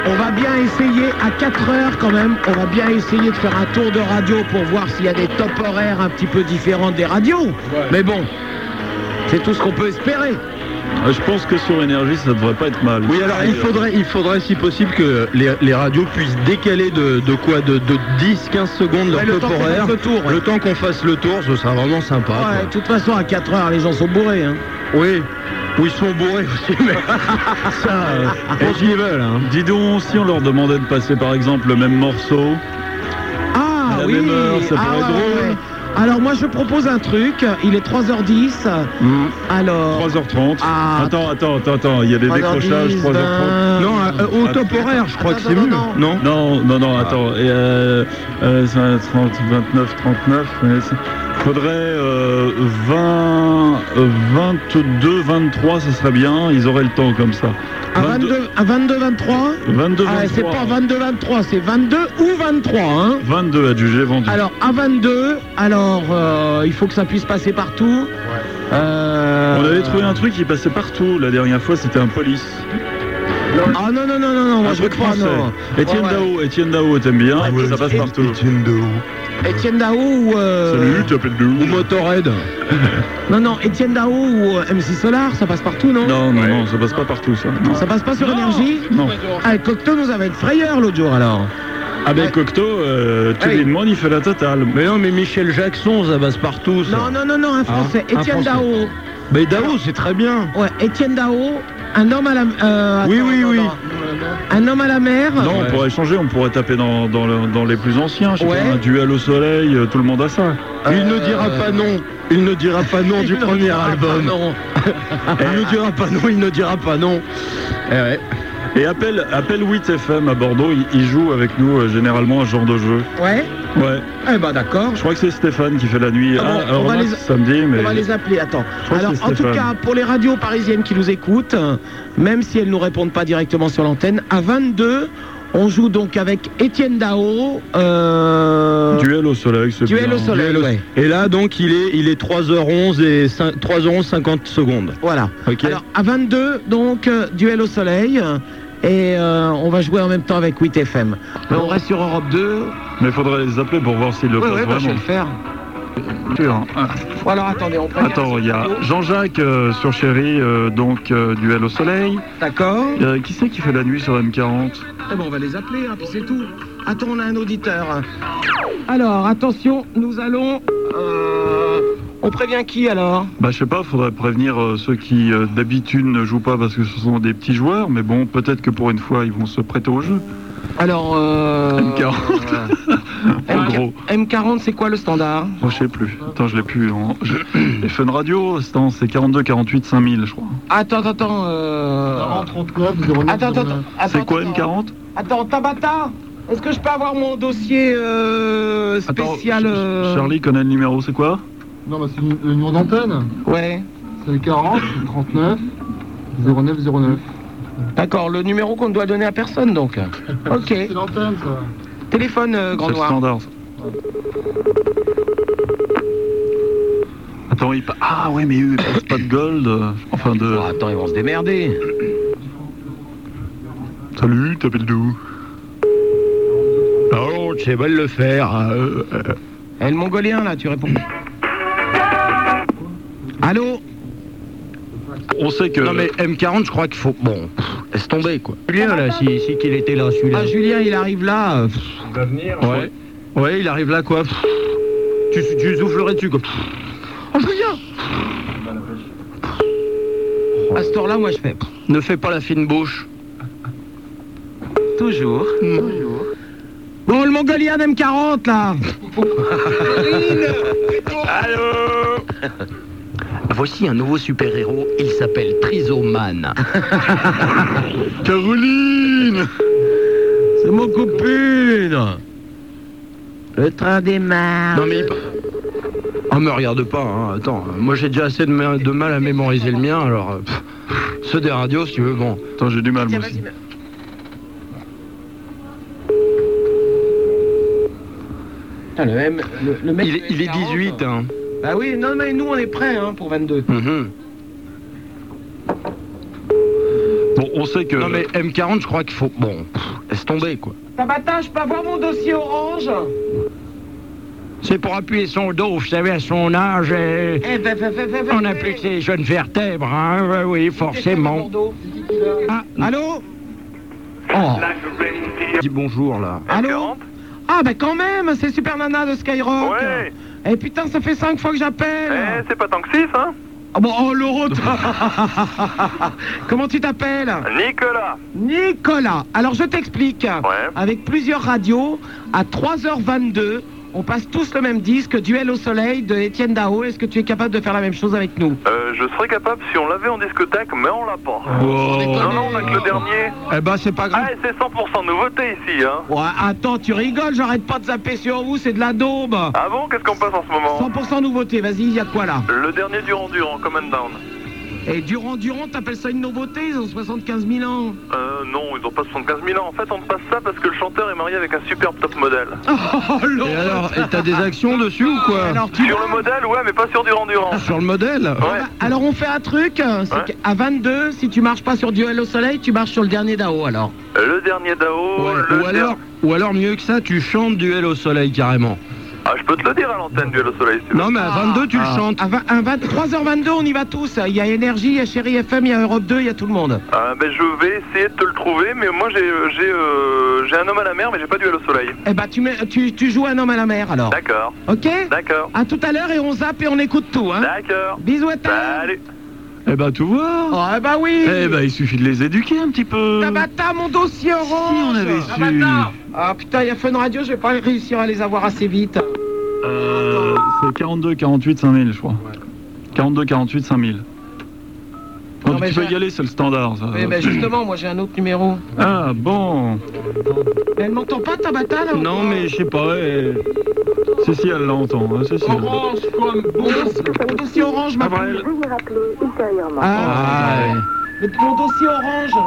On va bien essayer à 4 heures quand même, on va bien essayer de faire un tour de radio pour voir s'il y a des top horaires un petit peu différents des radios. Ouais. Mais bon, c'est tout ce qu'on peut espérer. Je pense que sur Énergie, ça devrait pas être mal. Oui, alors il faudrait si possible que les radios puissent décaler de 10-15 secondes leur top horaire. Le temps qu'on fasse le tour, ce sera vraiment sympa. Ouais, de toute façon, à 4 heures, les gens sont bourrés. Hein. Oui. Ou ils sont bourrés aussi, mais ça, ils veulent. Hein. Dis donc, si on leur demandait de passer par exemple le même morceau, à la même heure, ça pourrait être drôle. Ouais. Alors moi je propose un truc, il est 3h10, alors... 3h30, attends, il y a des décrochages, 3h30. Non, au top horaire, je crois que c'est mieux. Non, attends, 30, 29, 39, faudrait 22, 23, ça serait bien, ils auraient le temps comme ça. À 22, 23 22, 23. C'est pas 22, 23, c'est 22 ou 23. Hein 22 adjugé, vendu. Alors, à 22, il faut que ça puisse passer partout. Ouais. On avait trouvé un truc qui passait partout. La dernière fois, c'était un police. Ah non, moi je veux pas, non. Étienne Dao, t'aimes bien, ça passe partout. Étienne Dao ou... Salut, tu appelles d'où? Ou Motorhead. Non, Étienne Dao ou MC Solar, ça passe partout, non? Non, ça passe pas partout, ça. Non. Ça passe pas sur Énergie? Non. Ah, Cocteau nous avait une frayeur l'autre jour, alors. Ah ben Cocteau, tu lui demandes, il fait la totale. Mais non, mais Michel Jackson, ça passe partout, ça. Non, un Français. Étienne Dao. Mais Dao, c'est très bien. Ouais, Étienne Dao, un homme à la... oui. Un homme à la mer. Non, on pourrait changer, on pourrait taper dans les plus anciens. Je sais pas, un duel au soleil, tout le monde a ça. Il ne dira pas non. Il ne dira pas non du premier album. Il ne dira pas non. Ouais. Et appelle 8FM à Bordeaux, il joue avec nous généralement à ce genre de jeu. Ouais. Eh ben d'accord. Je crois que c'est Stéphane qui fait la nuit. On va samedi, mais... On va les appeler, attends. Alors en tout cas, pour les radios parisiennes qui nous écoutent, même si elles ne nous répondent pas directement sur l'antenne, à 22, on joue donc avec Étienne Dao. Duel au soleil, c'est Duel bien. Au soleil, ouais. Et là, donc, il est 3h11 et 3h11 50 secondes. Voilà. Okay. Alors, à 22, donc, Duel au soleil. Et on va jouer en même temps avec 8FM. Mais on reste sur Europe 2. Mais il faudrait les appeler pour voir s'ils le passent vraiment. Je vais le faire. Alors attendez, on prend. Attends, il y a Jean-Jacques sur Chéri, Duel au soleil. D'accord. Qui c'est qui fait la nuit sur M40? Eh ben on va les appeler, puis c'est tout. Attends, on a un auditeur. Alors, attention, nous allons... On prévient qui alors? Je sais pas, faudrait prévenir ceux qui d'habitude ne jouent pas parce que ce sont des petits joueurs, mais bon, peut-être que pour une fois ils vont se prêter au jeu. Alors M40. En gros. M40, c'est quoi le standard? Je sais plus. Attends, je l'ai plus. Les Fun Radio, c'est 42 48 5000, je crois. Attends. 39 09. Attends. C'est quoi M40? Attends, Tabata, est-ce que je peux avoir mon dossier spécial? Charlie connaît le numéro, c'est quoi? Non, c'est le numéro d'antenne. Ouais. C'est le 40, 39, 09. D'accord, le numéro qu'on ne doit donner à personne, donc. Ok. C'est l'antenne, ça. Téléphone, Grand c'est Noir. C'est standard, ça. Attends, ah ouais, mais eux, ils passent pas de gold. Attends, ils vont se démerder. Salut, t'appelles d'où? Non, je sais pas le faire. Le Mongolien, là, tu réponds. Allô? On sait que... Non mais M40, je crois qu'il faut... Bon, laisse tomber, quoi. Julien, là, si qu'il était là, celui-là. Ah, Julien, il arrive là. Il va venir. Ouais, il arrive là, quoi. Tu soufflerais dessus, quoi. Oh, Julien! À ce tour-là, moi, je fais... Ne fais pas la fine bouche. Toujours. Bon, le Mongolien d'M40, là. Allô. Voici un nouveau super-héros, il s'appelle Trisoman. Caroline! C'est mon copine. Le train démarre. Non mais... Oh, me regarde pas, hein. Attends, moi j'ai déjà assez de mal à mémoriser le mien, alors... ceux des radios, si tu veux, bon... Attends, j'ai du mal, moi aussi. Putain, le mec... Il est 18, hein. Bah oui, non mais nous on est prêts, hein, pour 22. Bon, on sait que... Non mais M40, je crois qu'il faut... Bon, laisse tomber, quoi. Tabata, je peux avoir mon dossier orange? C'est pour appuyer son dos, vous savez, à son âge, on a plus que les jeunes vertèbres, hein, oui, forcément. Ah, allô? Oh. Dis bonjour, là. Allô? Ah, ben quand même, c'est Super Nana de Skyrock. Ouais. Eh putain, ça fait 5 fois que j'appelle. Eh, c'est pas tant que 6, hein? Ah bon, oh, l'euro. Comment tu t'appelles? Nicolas. Nicolas. Alors, je t'explique. Ouais. Avec plusieurs radios, à 3h22, on passe tous le même disque, Duel au soleil de Étienne Dao. Est-ce que tu es capable de faire la même chose avec nous? Je serais capable si on l'avait en discothèque, mais on l'a pas. Oh. Non, on a que le dernier. Eh ben, c'est pas grave. Ah, c'est 100% nouveauté ici, hein. Ouais, attends, tu rigoles, j'arrête pas de zapper sur vous, c'est de la daube. Ah bon, qu'est-ce qu'on passe en ce moment? 100% nouveauté, vas-y, il y a quoi là? Le dernier Durand, Come and Down. Et Durand, t'appelles ça une nouveauté? Ils ont 75 000 ans. Non, ils ont pas 75 000 ans. En fait, on passe ça parce que le chanteur est marié avec un superbe top modèle. Oh, Et alors, et t'as des actions dessus ou quoi? Alors, Sur le modèle, ouais, mais pas sur Durand. Sur le modèle? Ouais. Alors on fait un truc, c'est Ouais. qu'à 22, si tu marches pas sur Duel au soleil, tu marches sur le dernier Dao alors. Le dernier Dao, Ouais. Ou alors mieux que ça, tu chantes Duel au soleil carrément. Ah, je peux te le dire à l'antenne, Duel au soleil, si tu veux. Non mais à 22 tu le chantes. À 3h22, on y va tous. Il y a Énergie, il y a Chéri FM, il y a Europe 2, il y a tout le monde. Ben, je vais essayer de te le trouver, mais moi j'ai un homme à la mer, mais j'ai pas Duel au soleil. Eh ben tu joues un homme à la mer alors. D'accord. Ok? D'accord. À tout à l'heure et on zappe et on écoute tout, hein. D'accord. Bisous à toi. Salut. Eh ben, tout voir. Oh, eh ben oui. Eh ben, il suffit de les éduquer un petit peu. Tabata, mon dossier orange. Si on avait su. Tabata. Ah putain, il y a Fun Radio, je vais pas réussir à les avoir assez vite. C'est 42, 48, 5000, je crois. 42, 48, 5000. Non, Donc, mais tu peux j'ai- y aller, c'est le standard, ça. Oui, ben justement, moi j'ai un autre numéro. Ah, bon. Elle m'entend pas, Tabata là? Non mais je sais pas. Si, elle l'entend. Hein, si. Orange, comme mon dossier orange, ma Avril. Veuillez rappeler ultérieurement. Mon dossier orange.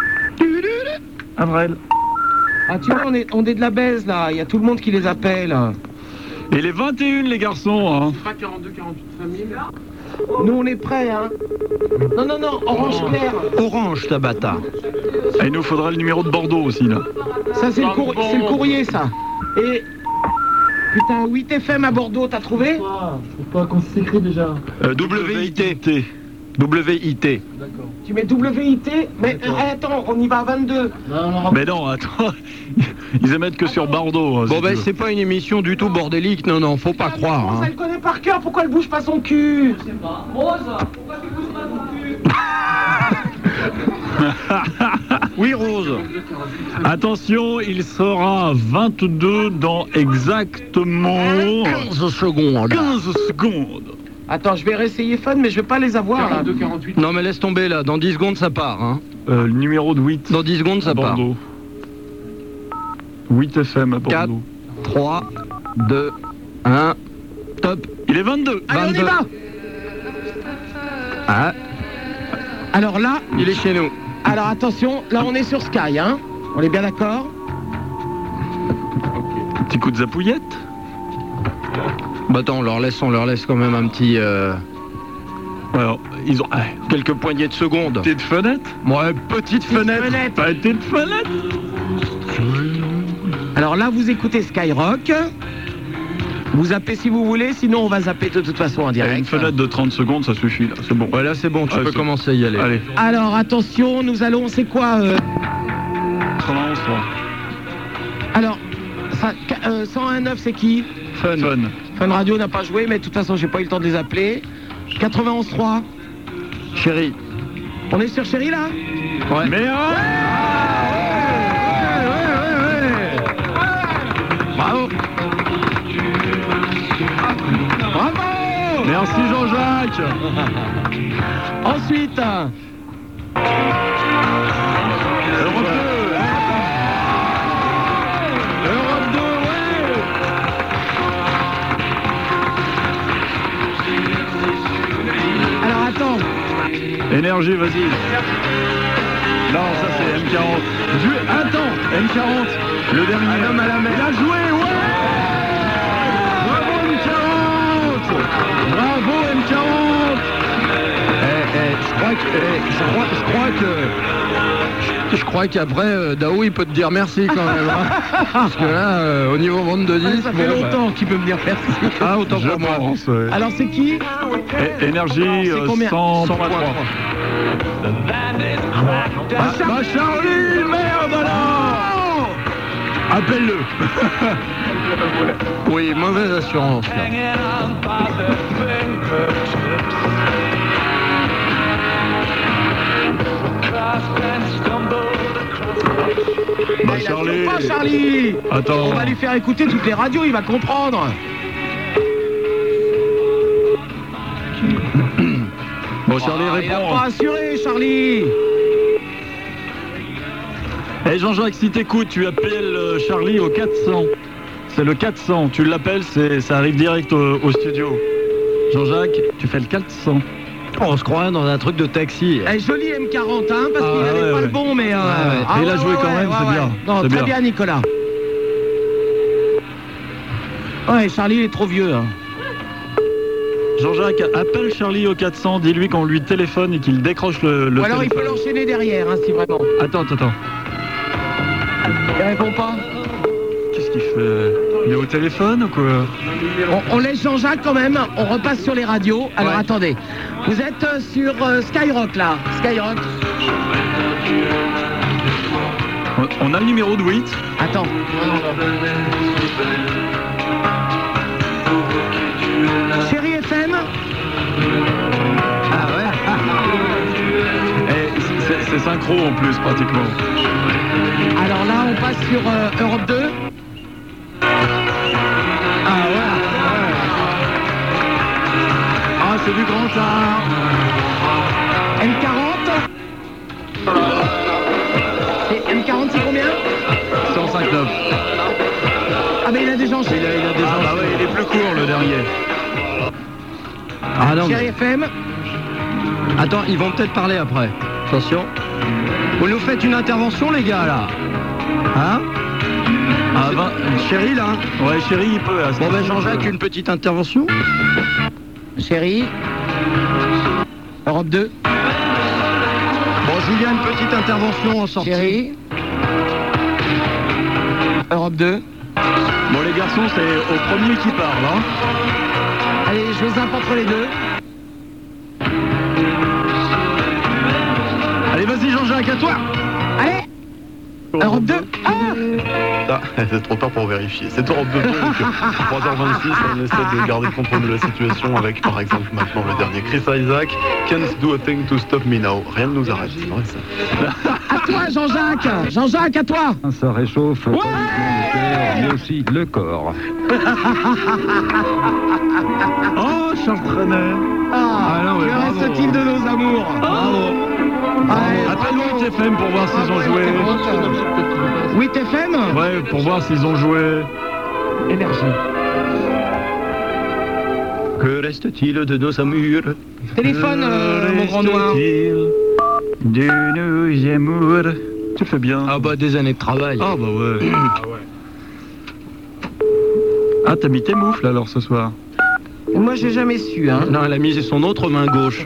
Avril. Ah, tu vois, on est de la baise là, il y a tout le monde qui les appelle. Et les 21, les garçons, hein. Pas 42, 48 familles. Nous on est prêts, hein. Non, orange clair. Orange Tabata. Et il nous faudra le numéro de Bordeaux aussi, là. Ça, c'est le courrier, ça. Et. Putain, 8 FM à Bordeaux, t'as trouvé? Je trouve pas qu'on s'écrit déjà. WIT. WIT. D'accord. Tu mets WIT? Mais attends, on y va à 22. Non, Mais non, attends. Ils émettent que sur Bordeaux. hein, Bon si ben tu veux. c'est pas une émission du tout bordélique, non, faut pas croire. Rose, Hein. elle connaît par cœur, pourquoi elle bouge pas son cul? Je sais pas. Rose, pourquoi tu bouges pas ton cul? Oui Rose. Attention, il sera 22 dans exactement 15 secondes. 15 secondes. Attends, je vais réessayer Fun, mais je vais pas les avoir là. 42, 48. Non mais laisse tomber là, dans 10 secondes ça part. Hein. Le numéro de 8 Dans 10 secondes à ça part. Bordeaux. 8 FM à Quatre. Bordeaux. 3, 2, 1, top. Il est 22. Allez, on y 22. va. Ah, Alors là, il est chez nous. alors attention, là on est sur Sky, hein. On est bien d'accord? Petit coup de zapouillette. Bah attends, on leur laisse quand même un petit... Alors, ils ont quelques poignées de secondes. petite fenêtre. Ouais, petite fenêtre. Petite fenêtre. Alors là, vous écoutez Skyrock. Vous zappez si vous voulez, sinon on va zapper de toute façon en Une direct. fenêtre de 30 secondes, ça suffit là. C'est bon. Ouais là c'est bon, tu Ouais, peux c'est- commencer à y aller. Allez. Alors attention, nous allons, c'est quoi 91, Alors, 101.9 c'est qui? Fun. Fun Radio n'a pas joué, mais de toute façon j'ai pas eu le temps de les appeler. 91.3. Chérie. On est sur Chéri là? Ouais. Mais Bravo. Bravo! merci Jean-Jacques. Ensuite, Europe 2, ouais. alors attends. Énergie, vas-y. Non, ça c'est M40. Attends, M40, le dernier. Un homme à la mer. Il a joué, ouais. Bravo M40. Bravo M40. Je crois Je crois qu'après, Daou, il peut te dire merci quand même. Hein. Parce que là, au niveau vente de disques... Ça fait longtemps qu'il peut me dire merci. Ah, autant pour moi. Ouais. Alors, c'est qui? Énergie, c'est combien? 100.3. Charlie, merde alors! Appelle-le. Oui, mauvaise assurance. Là. Charlie. Pas Charlie. Attends. On va lui faire écouter toutes les radios, il va comprendre. Bon, Charlie Il a répond. pas assuré, Charlie. Eh Jean-Jacques, si t'écoutes, tu appelles Charlie au 400. C'est le 400. Tu l'appelles, ça arrive direct au studio. Jean-Jacques, tu fais le 400. On se croirait dans un truc de taxi. Joli M40, hein, parce qu'il n'avait pas le bon, mais... Et il a joué quand même, c'est bien. Non, c'est très bien, Nicolas. Ouais, Charlie, il est trop vieux. Hein. Jean-Jacques, appelle Charlie au 400, dis-lui qu'on lui téléphone et qu'il décroche le Ou alors il téléphone. peut l'enchaîner derrière, hein, si vraiment. Attends. Il répond pas. Qu'est-ce qu'il fait? Il est au téléphone ou quoi? On laisse Jean-Jacques quand même, on repasse sur les radios. Alors attendez, vous êtes sur Skyrock là, Skyrock. On a le numéro de 8. Attends. Chérie FM. Ah ouais. C'est synchro en plus pratiquement. Alors là on passe sur Europe 2. Ah ouais. Ah c'est du grand char. M40. Et M40 c'est combien? 159. Ah mais il a déjà enchaîné. Il a des gens. Ah ouais, il est plus court le dernier. Ah non. Chérie FM. Attends, ils vont peut-être parler après. Attention. Vous nous faites une intervention, les gars, là? Hein? Ah ben, Chérie, là? ouais, Chérie, il peut. Bon, ben, Jean-Jacques, une petite intervention? Chérie. Europe 2. Bon, Julien, une petite intervention en sortie. Chérie. Europe 2. Bon, les garçons, c'est au premier qui parle, hein. Allez, je les impe entre les deux. Allez, vas-y, Jean-Jacques, à toi. Allez. Europe 2. Ah. Ah, c'est trop tard pour vérifier. C'est Europe 2, donc 3h26, on essaie de garder le contrôle de la situation avec, par exemple, maintenant le dernier Chris Isaac. Can't do a thing to stop me now. Rien ne nous arrête, c'est vrai ça. À toi, Jean-Jacques. Jean-Jacques, à toi. Ça réchauffe pas uniquement le cœur, mais aussi le corps. Oh, Charles Trenet. Ah, non, mais que bravo. reste-t-il de nos amours? Bravo. Appelle 8 FM pour voir s'ils ont joué. 8 FM. Ouais, pour voir s'ils ont joué. Énergie. Que reste-t-il de nos amours? Téléphone, mon grand noir. De nos amours. Tu fais bien. Ah bah, des années de travail. Ah bah ouais. Ah, t'as mis tes moufles alors ce soir? Moi, j'ai jamais su, hein. Non, elle a mis son autre main gauche.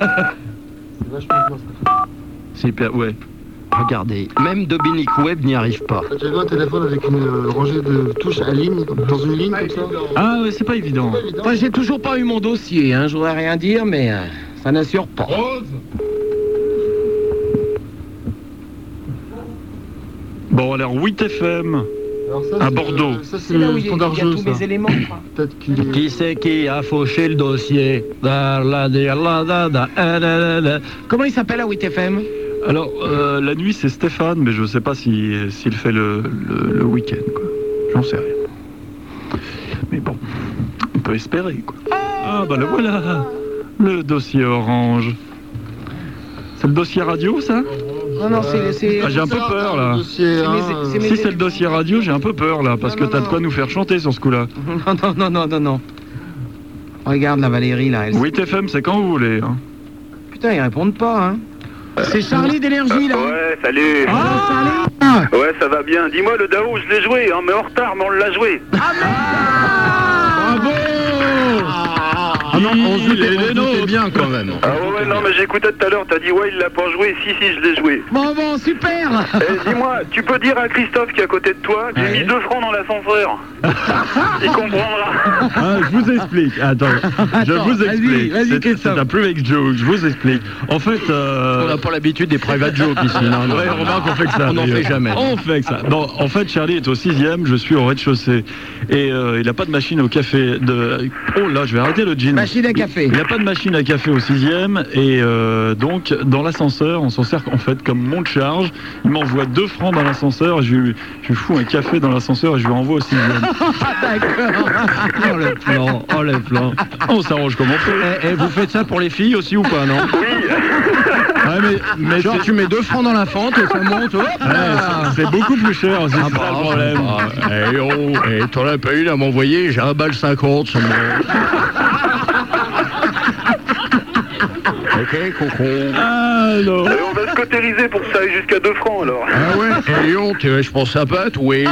C'est hyper, ouais. Regardez, même Dominique Webb n'y arrive pas. J'ai vu un téléphone avec une rangée de touches à ligne, dans une ligne comme ça. Ah ouais, c'est pas évident. Moi, j'ai toujours pas eu mon dossier, hein. Je voudrais rien dire, mais ça n'assure pas. Bon, alors 8 FM. Alors ça, À c'est, Bordeaux. Ça, c'est C'est là où le il y a standard jeu, tous ça. mes éléments. quoi. Peut-être qu'il est... Qui c'est qui a fauché le dossier? Comment il s'appelle à 8 FM? Alors, la nuit, c'est Stéphane, mais je sais pas s'il fait le week-end, quoi. J'en sais rien. Mais bon, on peut espérer, quoi. Ah, bah le voilà. Le dossier orange. C'est le dossier radio, ça? Non, c'est... Ah, j'ai un peu peur, là. Dossier, C'est hein, mes- Si c'est le dossier radio, j'ai un peu peur, là, parce que t'as de quoi nous faire chanter sur ce coup-là. Non. Regarde la Valérie, là. Elle... 8 FM, c'est quand vous voulez, hein. Putain, ils répondent pas, hein. C'est Charlie d'énergie, là. Ouais, salut. Ah, salut. Ouais, ça va bien. Dis-moi, le Daou, je l'ai joué, mais en retard, mais on l'a joué. Bravo! on se doutait bien quand même. Ah ouais, non, mais j'écoutais tout à l'heure, t'as dit ouais, il l'a pas joué. Si, je l'ai joué. Bon, super. Dis-moi, tu peux dire à Christophe qui est à côté de toi que j'ai mis 2 francs dans l'ascenseur. Il comprendra. Ah, je vous explique. Attends, je vous explique. Vas-y, c'est un private joke, je vous explique. En fait... On n'a pas l'habitude des private jokes ici. Non. Ouais, remarque, on fait que ça. On n'en fait jamais. On fait que ça. Non, en fait, Charlie est au 6e, je suis au rez-de-chaussée. Et il n'a pas de machine au café. Oh là, je vais arrêter le gin. Machine à café. Il n'a pas de machine à café au 6e. Et donc, dans l'ascenseur, on s'en sert en fait comme monte charge. Il m'envoie 2 francs dans l'ascenseur. Je lui fous un café dans l'ascenseur et je lui renvoie au 6e. D'accord. Oh le plan. On s'arrange comme on peut. Et vous faites ça pour les filles aussi ou pas, non? Oui. Ouais, mais genre tu mets 2 francs dans la fente et ça monte. C'est beaucoup plus cher aussi, c'est pas le problème. Et t'en as pas une à m'envoyer, j'ai 1,50 $. Ok, coco. Ah non. Allez, on va se cotériser pour que ça aille jusqu'à 2 francs alors. Ah ouais, et on, je pense à pas, oui.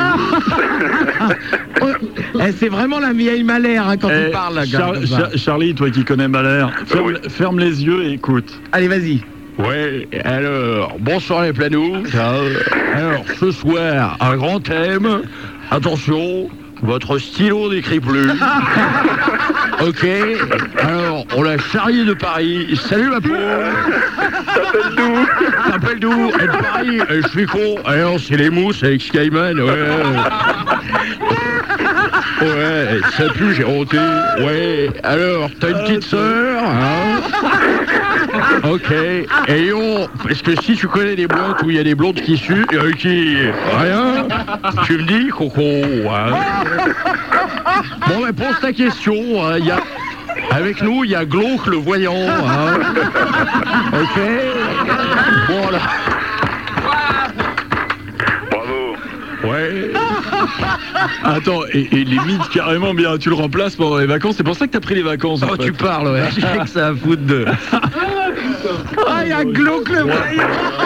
C'est vraiment la vieille Malher quand tu parles là, Charlie, toi qui connais Malher, ferme les yeux et écoute. Allez, vas-y. Ouais, alors, bonsoir les planous. Alors, ce soir, un grand thème. Attention, votre stylo n'écrit plus. Ok, alors, on a Charlie de Paris. Salut ma pauvre. T'appelles d'où? Et de Paris. Je suis con. Alors, c'est les mousses avec Skyman, Ouais, ça pue, j'ai roté. Ouais, alors, t'as une petite sœur, hein? Ok, et parce que si tu connais des boîtes où il y a des blondes qui suent, rien, tu me dis, coco, hein? Bon, mais pose ta question, hein, avec nous, il y a Glauque le voyant, hein? Ok? Voilà. Ouais. Attends, et limite carrément bien, tu le remplaces pendant les vacances, c'est pour ça que t'as pris les vacances. Oh, tu parles, ouais. J'ai que ça à foutre de. Ah, il y a Glauque le voyant.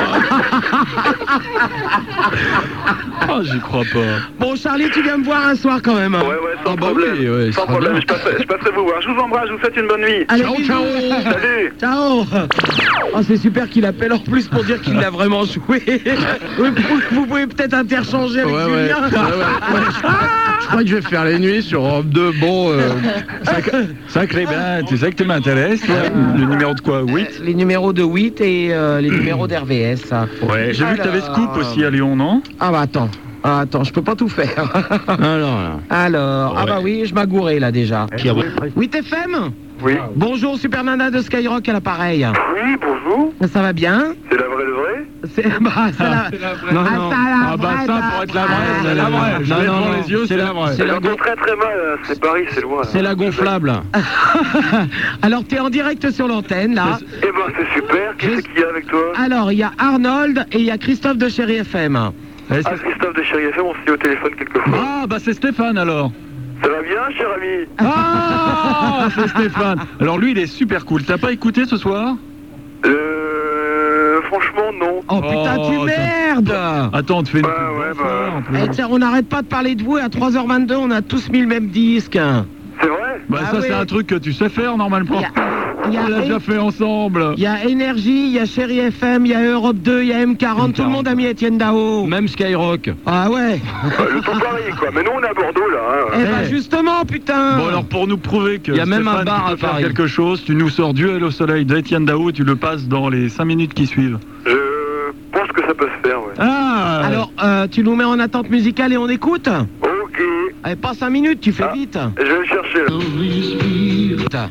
Ah, j'y crois pas. Bon, Charlie, tu viens me voir un soir quand même. Hein. Ouais, sans problème. Oui, sans problème, je passerai vous voir. Je vous embrasse, je vous souhaite une bonne nuit. Allez, ciao. Salut. Ciao. Oh, c'est super qu'il appelle en plus pour dire qu'il l'a vraiment joué. Vous pouvez peut-être interchanger avec Julien. Je crois que je vais faire les nuits sur Europe 2. Bon, sacré bien, tu sais que tu m'intéresses, le numéro de quoi, 8? Les numéros de 8 et les numéros d'RVS. Ouais, j'ai vu que t'avais Scoop aussi à Lyon, non? Ah bah attends, je peux pas tout faire. Alors, ouais. Ah bah oui, je m'agourais là déjà. 8 FM? Oui. Bonjour, Super Nana de Skyrock à l'appareil. Oui, bonjour. Ça va bien? C'est la vraie de vraie? C'est la vraie. Non. Ah bah ça, pour être la vraie, c'est la vraie. Je vais devant les yeux, c'est la vraie. J'entends très très mal, c'est Paris, c'est loin. c'est la gonflable. Alors, t'es en direct sur l'antenne, là. Eh ben, c'est super. Qui c'est qu'il y a avec toi? Alors, il y a Arnold et il y a Christophe de Chéri FM. Ah, Christophe de Chéri FM, on s'est au téléphone quelquefois. Ah bah c'est Stéphane alors. Ça va bien, cher ami? Ah, c'est Stéphane. Alors lui, il est super cool. T'as pas écouté ce soir? Franchement, non. Oh putain, tu merdes! Attends, tu fais une Eh, tiens, on n'arrête pas de parler de vous et à 3h22, on a tous mis le même disque. C'est vrai? Bah ça, c'est un truc que tu sais faire normalement. On l'a déjà fait ensemble. Il y a Énergie, il y a Chéri FM, il y a Europe 2, il y a M40, tout le monde a mis Étienne Dao. Même Skyrock. Ah ouais. Le tout pareil, quoi. Mais nous, on est à Bordeaux, là. Hein. Eh ben justement, putain. Bon alors pour nous prouver que il y a même un bar à faire Paris. quelque chose, tu nous sors Duel au soleil d'Étienne Dao et tu le passes dans les 5 minutes qui suivent. Je pense que ça peut se faire, ouais. Ah. Alors, tu nous mets en attente musicale et on écoute? Ok. Allez, pas 5 minutes, tu fais vite. Je vais le chercher, là. Putain.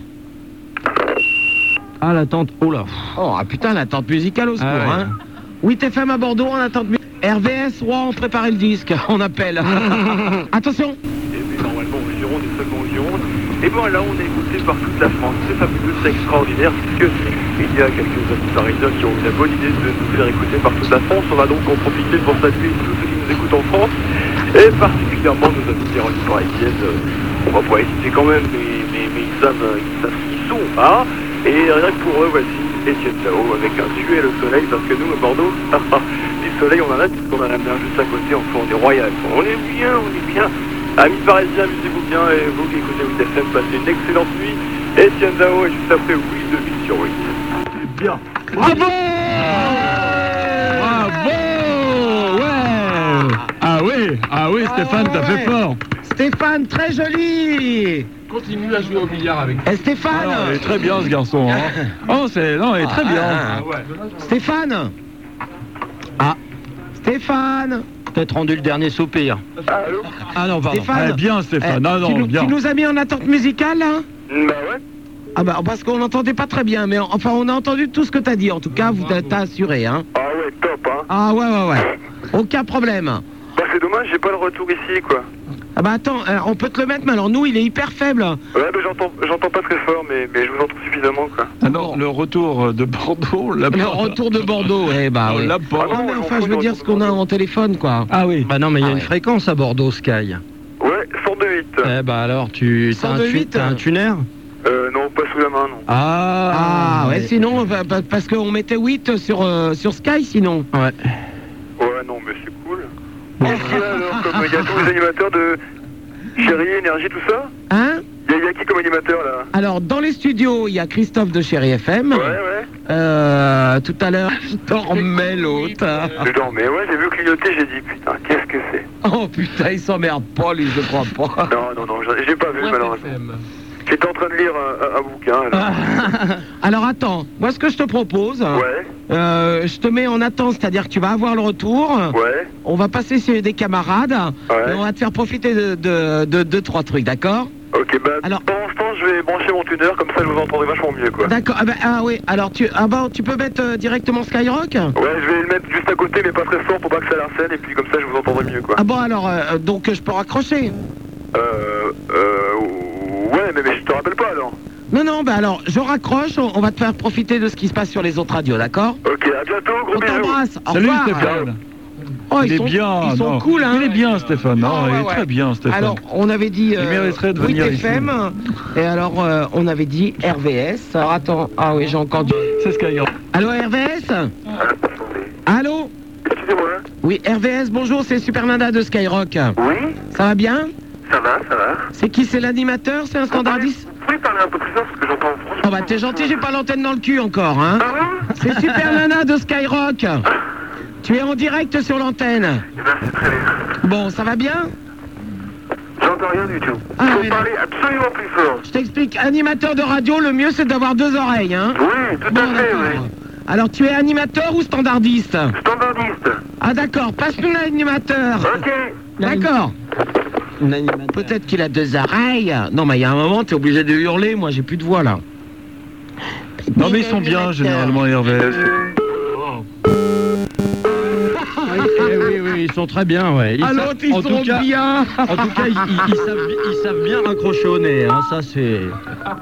Ah, l'attente, oh là. Oh, ah, putain, l'attente musicale au secours, ouais. hein. 8 FM à Bordeaux, en attente musicale. RVS, Rouen, préparez le disque, on appelle. Attention. Et normalement, en Gironde et seulement en Gironde. Et bon, là, on est écouté par toute la France. C'est fabuleux, c'est extraordinaire, puisque il y a quelques auditeurs qui ont eu la bonne idée de nous faire écouter par toute la France. On va donc en profiter pour saluer tous ceux qui nous écoutent en France, et particulièrement nos auditeurs parisiennes. On va pas hésiter quand même, mais ils savent qui ils sont, hein. Et rien que pour eux, voici Étienne Dao avec un duel au soleil, parce que nous, à Bordeaux, du soleil, on en a, puisqu'on en a bien juste à côté, enfin, on est royal. On est bien. Amis parisiens, amusez-vous bien, et vous qui écoutez WTFM, passez une excellente nuit. Etienne Dao et juste après, oui, de 8 sur 8. Bien. Bravo! Bravo! Ouais! Ah oui, Stéphane, t'as fait fort. Stéphane, très joli. Continue à jouer au billard avec. Stéphane. Alors, il est très bien ce garçon. Hein. Oh, non, il est très bien. Stéphane. Stéphane. Peut-être rendu le dernier soupir. Allô? Ah non, pardon. Stéphane. Bien, Stéphane. Bien. Tu nous as mis en attente musicale, là? Bah ouais. Ah bah parce qu'on n'entendait pas très bien, mais enfin on a entendu tout ce que t'as dit. En tout cas, t'as assuré, hein. Ah ouais, top, hein. Ah ouais. Aucun problème. Bah c'est dommage, j'ai pas le retour ici, quoi. Ah bah attends, on peut te le mettre, mais alors nous, il est hyper faible. Ouais, bah j'entends pas très fort, mais je vous entends suffisamment, quoi. Ah non, le retour de Bordeaux, là Le retour de Bordeaux, oui. On l'a pas. Ah non, mais enfin, je veux dire ce qu'on a en téléphone, quoi. Ah oui. Bah non, mais il y a une fréquence à Bordeaux, Sky. Ouais, 102.8. Eh bah alors, t'as un tuner? Non, pas sous la main, non. Ah ouais, sinon, parce qu'on mettait 8 sur Sky, sinon. Ouais. Ouais, non, mais c'est cool. Qu'est-ce qu'il y a alors comme... Il y a tous les animateurs de Chérie, Énergie, tout ça? Hein? Il y a qui comme animateur, là? Alors, dans les studios, il y a Christophe de Chérie FM. Ouais. Tout à l'heure, je dormais l'autre. Je dormais, ouais, j'ai vu clignoter, j'ai dit, putain, qu'est-ce que c'est? Oh putain, il s'emmerde pas, lui, je crois pas. Non, j'ai pas vu, malheureusement. J'étais en train de lire un bouquin, là. Alors attends, moi ce que je te propose, je te mets en attente, c'est-à-dire que tu vas avoir le retour, on va passer chez des camarades, et on va te faire profiter de 2-3 trucs, d'accord? Ok, bah alors, pour l'instant je vais brancher mon tuner, comme ça je vous entendrai vachement mieux, quoi. D'accord, oui, alors tu peux mettre directement Skyrock? Ouais, je vais le mettre juste à côté, mais pas très fort pour pas que ça l'arsène, et puis comme ça je vous entendrai mieux, quoi. Ah bon, alors, donc je peux raccrocher? Ouais, mais je te rappelle pas, alors. Non, bah alors, je raccroche, on va te faire profiter de ce qui se passe sur les autres radios, d'accord? Ok, à bientôt, gros bisous. On t'embrasse, au Salut revoir. Stéphane. Oh, il est bien. Ils sont cool, hein. Il est bien, Stéphane. Non, il est très bien, Stéphane. Alors, on avait dit il mériterait de venir ici. FM, et alors on avait dit RVS. Alors attends, ah oui, j'ai encore dit. C'est Skyrock. Allô, RVS? Allô? Excusez-moi. Oui, RVS, bonjour, c'est Super Nana de Skyrock. Oui? Ça va bien? Ça va. C'est qui? C'est l'animateur? C'est un standardiste? Vous pouvez parler un peu plus fort parce que j'entends franchement... Oh bah t'es gentil, j'ai pas l'antenne dans le cul encore, hein. Ah bon? C'est Super Nana de Skyrock. Tu es en direct sur l'antenne. Eh ben c'est très bien. Bon, ça va bien? J'entends rien du tout. Ah, Faut oui, parler absolument plus fort. Je t'explique, animateur de radio, le mieux c'est d'avoir 2 oreilles, hein. Oui, tout à fait, d'accord. oui. Alors tu es animateur ou standardiste? Standardiste. Ah d'accord, passe-nous l'animateur. Ok. D'accord. Peut-être qu'il a 2 oreilles. Non mais il y a un moment, t'es obligé de hurler, moi j'ai plus de voix là. Non mais ils sont bien généralement les RVS. Oui, ils sont très bien, ouais. L'autre, ils sont bien. En tout cas, ils savent bien raccrocher au nez, hein, ça c'est...